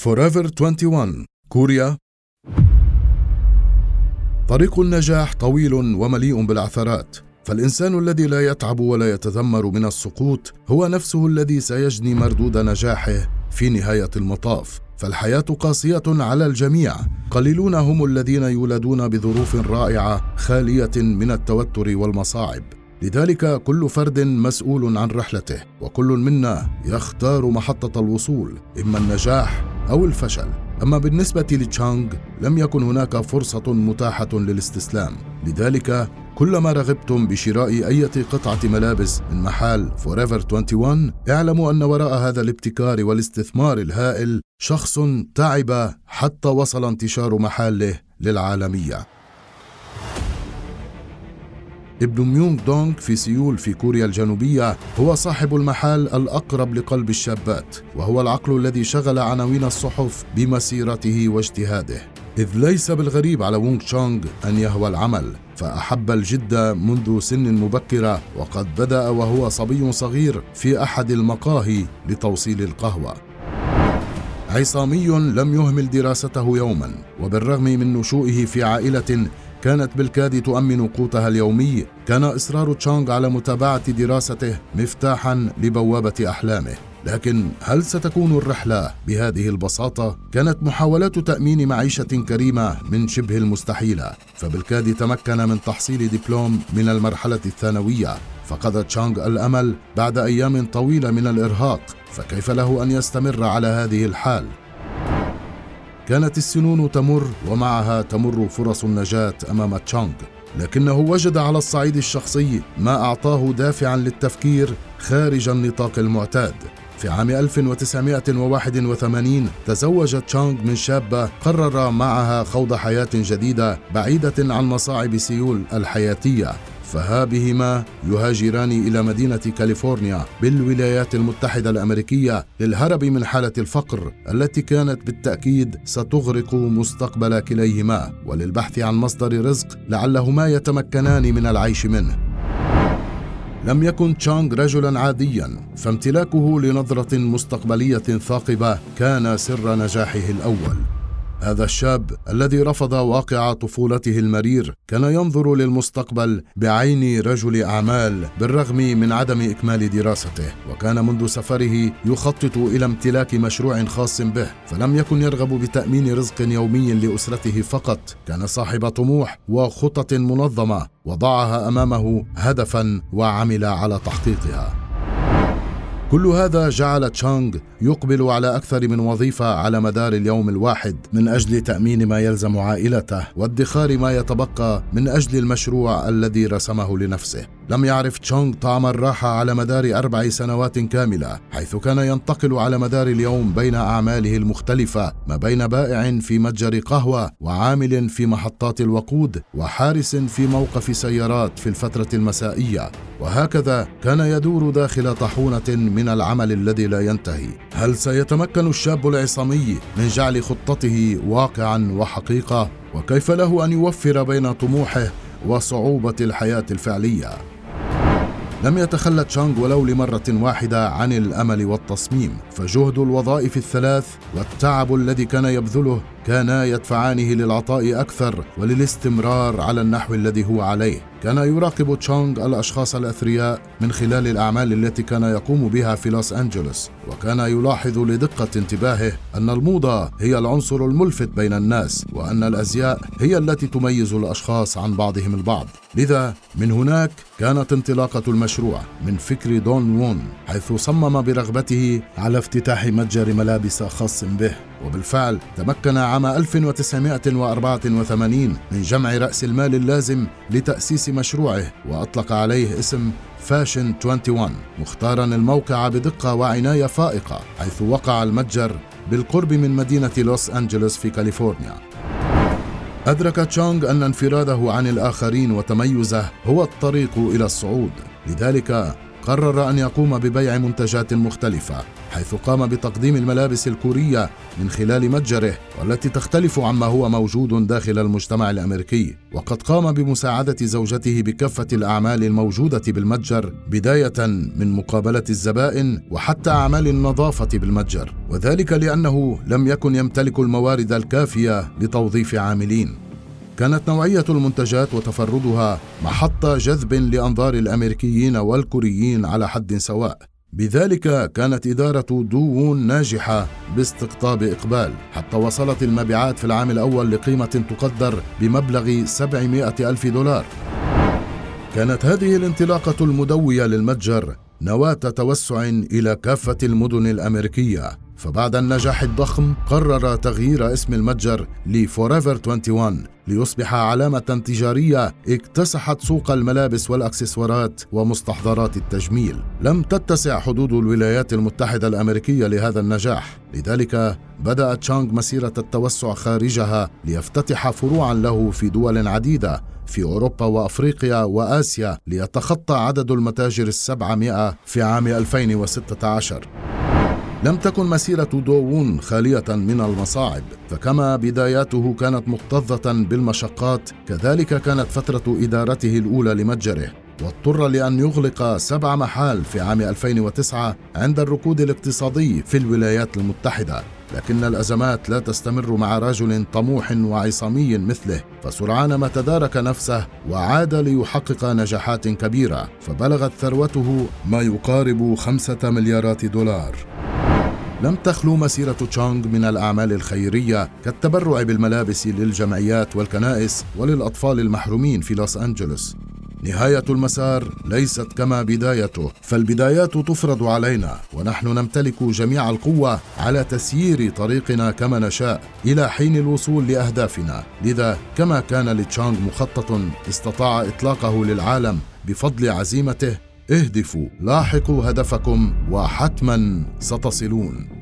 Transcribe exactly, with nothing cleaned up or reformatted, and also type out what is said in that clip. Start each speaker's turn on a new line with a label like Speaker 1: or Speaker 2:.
Speaker 1: فوريفر واحد وعشرين كوريا. طريق النجاح طويل ومليء بالعثرات، فالإنسان الذي لا يتعب ولا يتذمر من السقوط هو نفسه الذي سيجني مردود نجاحه في نهاية المطاف. فالحياة قاسية على الجميع، قليلون هم الذين يولدون بظروف رائعة خالية من التوتر والمصاعب. لذلك كل فرد مسؤول عن رحلته، وكل منا يختار محطة الوصول، إما النجاح أو الفشل. أما بالنسبة لتشانغ لم يكن هناك فرصة متاحة للاستسلام، لذلك كلما رغبتم بشراء أي قطعة ملابس من محل فوريفر واحد وعشرين اعلموا أن وراء هذا الابتكار والاستثمار الهائل شخص تعب حتى وصل انتشار محله للعالمية. ابن ميونغ دونغ في سيول في كوريا الجنوبية هو صاحب المحل الأقرب لقلب الشابات، وهو العقل الذي شغل عناوين الصحف بمسيرته واجتهاده. إذ ليس بالغريب على وونغ تشونغ أن يهوى العمل، فأحب الجد منذ سن مبكرة، وقد بدأ وهو صبي صغير في أحد المقاهي لتوصيل القهوة. عصامي لم يهمل دراسته يوما، وبالرغم من نشوئه في عائلة كانت بالكاد تؤمن قوتها اليومي، كان إصرار تشونغ على متابعة دراسته مفتاحا لبوابة أحلامه. لكن هل ستكون الرحلة بهذه البساطة؟ كانت محاولات تأمين معيشة كريمة من شبه المستحيلة، فبالكاد تمكن من تحصيل دبلوم من المرحلة الثانوية. فقد تشونغ الأمل بعد أيام طويلة من الإرهاق، فكيف له أن يستمر على هذه الحال؟ كانت السنون تمر، ومعها تمر فرص النجاة أمام تشونغ، لكنه وجد على الصعيد الشخصي ما أعطاه دافعا للتفكير خارج النطاق المعتاد. في عام ألف وتسعمائة وواحد وثمانين تزوج تشونغ من شابة قرر معها خوض حياة جديدة بعيدة عن مصاعب سيول الحياتية، فها بهما يهاجران إلى مدينة كاليفورنيا بالولايات المتحدة الأمريكية للهرب من حالة الفقر التي كانت بالتأكيد ستغرق مستقبل كليهما، وللبحث عن مصدر رزق لعلهما يتمكنان من العيش منه. لم يكن تشونغ رجلا عاديا، فامتلاكه لنظرة مستقبلية ثاقبة كان سر نجاحه الأول. هذا الشاب الذي رفض واقع طفولته المرير كان ينظر للمستقبل بعين رجل أعمال بالرغم من عدم إكمال دراسته، وكان منذ سفره يخطط إلى امتلاك مشروع خاص به، فلم يكن يرغب بتأمين رزق يومي لأسرته فقط، كان صاحب طموح وخطط منظمة وضعها أمامه هدفا وعمل على تحقيقها. كل هذا جعل تشونغ يقبل على أكثر من وظيفة على مدار اليوم الواحد من أجل تأمين ما يلزم عائلته وادخار ما يتبقى من أجل المشروع الذي رسمه لنفسه. لم يعرف تشونغ طعم الراحة على مدار أربع سنوات كاملة، حيث كان ينتقل على مدار اليوم بين أعماله المختلفة، ما بين بائع في متجر قهوة وعامل في محطات الوقود وحارس في موقف سيارات في الفترة المسائية، وهكذا كان يدور داخل طاحونة من العمل الذي لا ينتهي. هل سيتمكن الشاب العصامي من جعل خطته واقعا وحقيقة؟ وكيف له أن يوفر بين طموحه وصعوبة الحياة الفعلية؟ لم يتخلى تشونغ ولو لمرة واحدة عن الأمل والتصميم، فجهد الوظائف الثلاث والتعب الذي كان يبذله كانا يدفعانه للعطاء أكثر وللاستمرار على النحو الذي هو عليه. كان يراقب تشونغ الأشخاص الأثرياء من خلال الأعمال التي كان يقوم بها في لوس أنجلوس، وكان يلاحظ لدقة انتباهه أن الموضة هي العنصر الملفت بين الناس، وأن الأزياء هي التي تميز الأشخاص عن بعضهم البعض. لذا من هناك كانت انطلاقة المشروع من فكر دون وون، حيث صمم برغبته على افتتاح متجر ملابس خاص به، وبالفعل تمكن عام ألف وتسعمائة وأربعة وثمانين من جمع رأس المال اللازم لتأسيس مشروعه، وأطلق عليه اسم فاشن واحد وعشرين، مختارا الموقع بدقة وعناية فائقة، حيث وقع المتجر بالقرب من مدينة لوس أنجلوس في كاليفورنيا. أدرك تشونغ أن انفراده عن الآخرين وتميزه هو الطريق إلى الصعود، لذلك قرر أن يقوم ببيع منتجات مختلفة، حيث قام بتقديم الملابس الكورية من خلال متجره، والتي تختلف عما هو موجود داخل المجتمع الأمريكي. وقد قام بمساعدة زوجته بكافة الأعمال الموجودة بالمتجر، بداية من مقابلة الزبائن وحتى أعمال النظافة بالمتجر، وذلك لأنه لم يكن يمتلك الموارد الكافية لتوظيف عاملين. كانت نوعية المنتجات وتفردها محط جذب لأنظار الأمريكيين والكوريين على حد سواء، بذلك كانت إدارة دو وون ناجحة باستقطاب إقبال، حتى وصلت المبيعات في العام الأول لقيمة تقدر بمبلغ سبعمائة ألف دولار. كانت هذه الانطلاقة المدوية للمتجر نواة توسع إلى كافة المدن الأمريكية، فبعد النجاح الضخم قرر تغيير اسم المتجر لفوريفر واحد وعشرين ليصبح علامة تجارية اكتسحت سوق الملابس والأكسسوارات ومستحضرات التجميل. لم تتسع حدود الولايات المتحدة الأمريكية لهذا النجاح، لذلك بدأ تشانغ مسيرة التوسع خارجها ليفتتح فروعا له في دول عديدة في أوروبا وأفريقيا وآسيا، ليتخطى عدد المتاجر السبعمائة في عام ألفين وستة عشر. لم تكن مسيرة دو وون خالية من المصاعب، فكما بداياته كانت مكتظة بالمشقات، كذلك كانت فترة إدارته الأولى لمتجره، واضطر لأن يغلق سبع محال في عام ألفين وتسعة عند الركود الاقتصادي في الولايات المتحدة. لكن الأزمات لا تستمر مع رجل طموح وعصامي مثله، فسرعان ما تدارك نفسه وعاد ليحقق نجاحات كبيرة، فبلغت ثروته ما يقارب خمسة مليارات دولار. لم تخلو مسيرة تشانغ من الأعمال الخيرية كالتبرع بالملابس للجمعيات والكنائس وللأطفال المحرومين في لوس أنجلوس. نهاية المسار ليست كما بدايته، فالبدايات تفرض علينا، ونحن نمتلك جميع القوة على تسيير طريقنا كما نشاء إلى حين الوصول لأهدافنا. لذا كما كان لتشانغ مخطط استطاع إطلاقه للعالم بفضل عزيمته. اهدفوا، لاحقوا هدفكم، وحتما ستصلون.